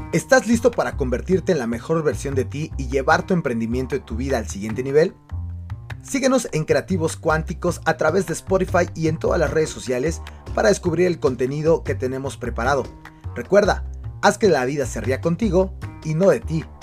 ¿Estás listo para convertirte en la mejor versión de ti y llevar tu emprendimiento y tu vida al siguiente nivel? Síguenos en Creativos Cuánticos a través de Spotify y en todas las redes sociales para descubrir el contenido que tenemos preparado. Recuerda, haz que la vida se ría contigo y no de ti.